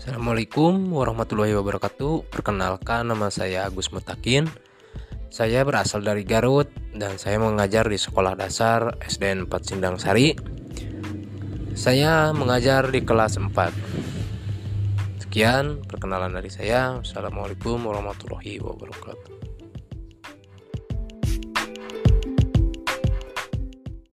Assalamualaikum warahmatullahi wabarakatuh. Perkenalkan, nama saya Agus Mutakin. Saya berasal dari Garut dan saya mengajar di Sekolah Dasar SDN 4 Sindang Sari. Saya mengajar di kelas 4. Sekian perkenalan dari saya. Assalamualaikum warahmatullahi wabarakatuh.